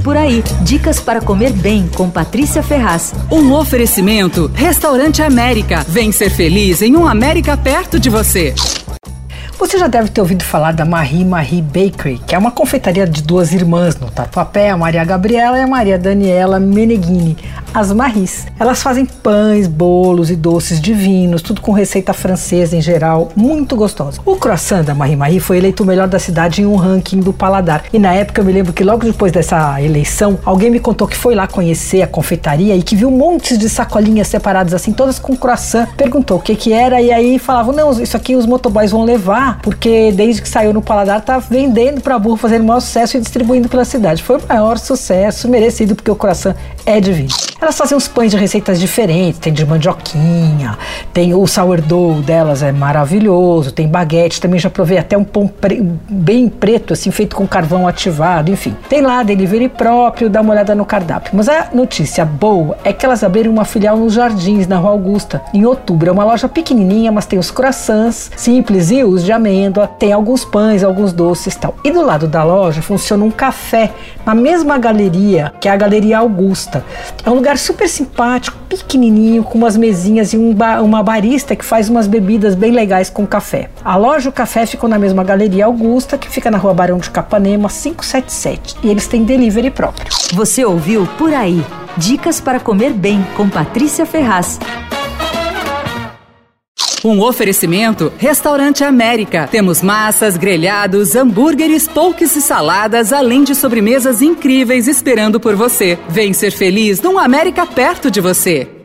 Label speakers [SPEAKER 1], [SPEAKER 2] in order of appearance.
[SPEAKER 1] Por Aí, dicas para comer bem com Patrícia Ferraz.
[SPEAKER 2] Um oferecimento, Restaurante América. Vem ser feliz em um América perto de você.
[SPEAKER 3] Você já deve ter ouvido falar da Marie Bakery, que é uma confeitaria de duas irmãs no Tatuapé, a Maria Gabriela e a Maria Daniela Meneghini, as Maries. Elas fazem pães, bolos e doces divinos, tudo com receita francesa em geral, muito gostosa. O croissant da Marie foi eleito o melhor da cidade em um ranking do Paladar. E na época eu me lembro que logo depois dessa eleição, alguém me contou que foi lá conhecer a confeitaria e que viu montes de sacolinhas separadas assim, todas com croissant. Perguntou o que era e aí falavam, não, isso aqui os motoboys vão levar, porque desde que saiu no Paladar tá vendendo pra burro, fazendo o maior sucesso e distribuindo pela cidade. Foi o maior sucesso, merecido, porque o croissant é divino. Elas fazem uns pães de receitas diferentes, tem de mandioquinha, tem o sourdough delas, é maravilhoso, tem baguete, também já provei até um pão bem preto, assim, feito com carvão ativado, enfim. Tem lá delivery próprio, dá uma olhada no cardápio. Mas a notícia boa é que elas abriram uma filial nos Jardins, na Rua Augusta, em outubro. É uma loja pequenininha, mas tem os croissants simples e os de amêndoa, tem alguns pães, alguns doces e tal. E do lado da loja funciona um café, na mesma galeria, que é a Galeria Augusta. É um lugar super simpático, pequenininho, com umas mesinhas e uma barista que faz umas bebidas bem legais com café. A loja e o café ficam na mesma Galeria Augusta, que fica na Rua Barão de Capanema, 577. E eles têm delivery próprio.
[SPEAKER 1] Você ouviu Por Aí, dicas para comer bem com Patrícia Ferraz.
[SPEAKER 2] Um oferecimento, Restaurante América. Temos massas, grelhados, hambúrgueres, poutes e saladas, além de sobremesas incríveis esperando por você. Vem ser feliz num América perto de você.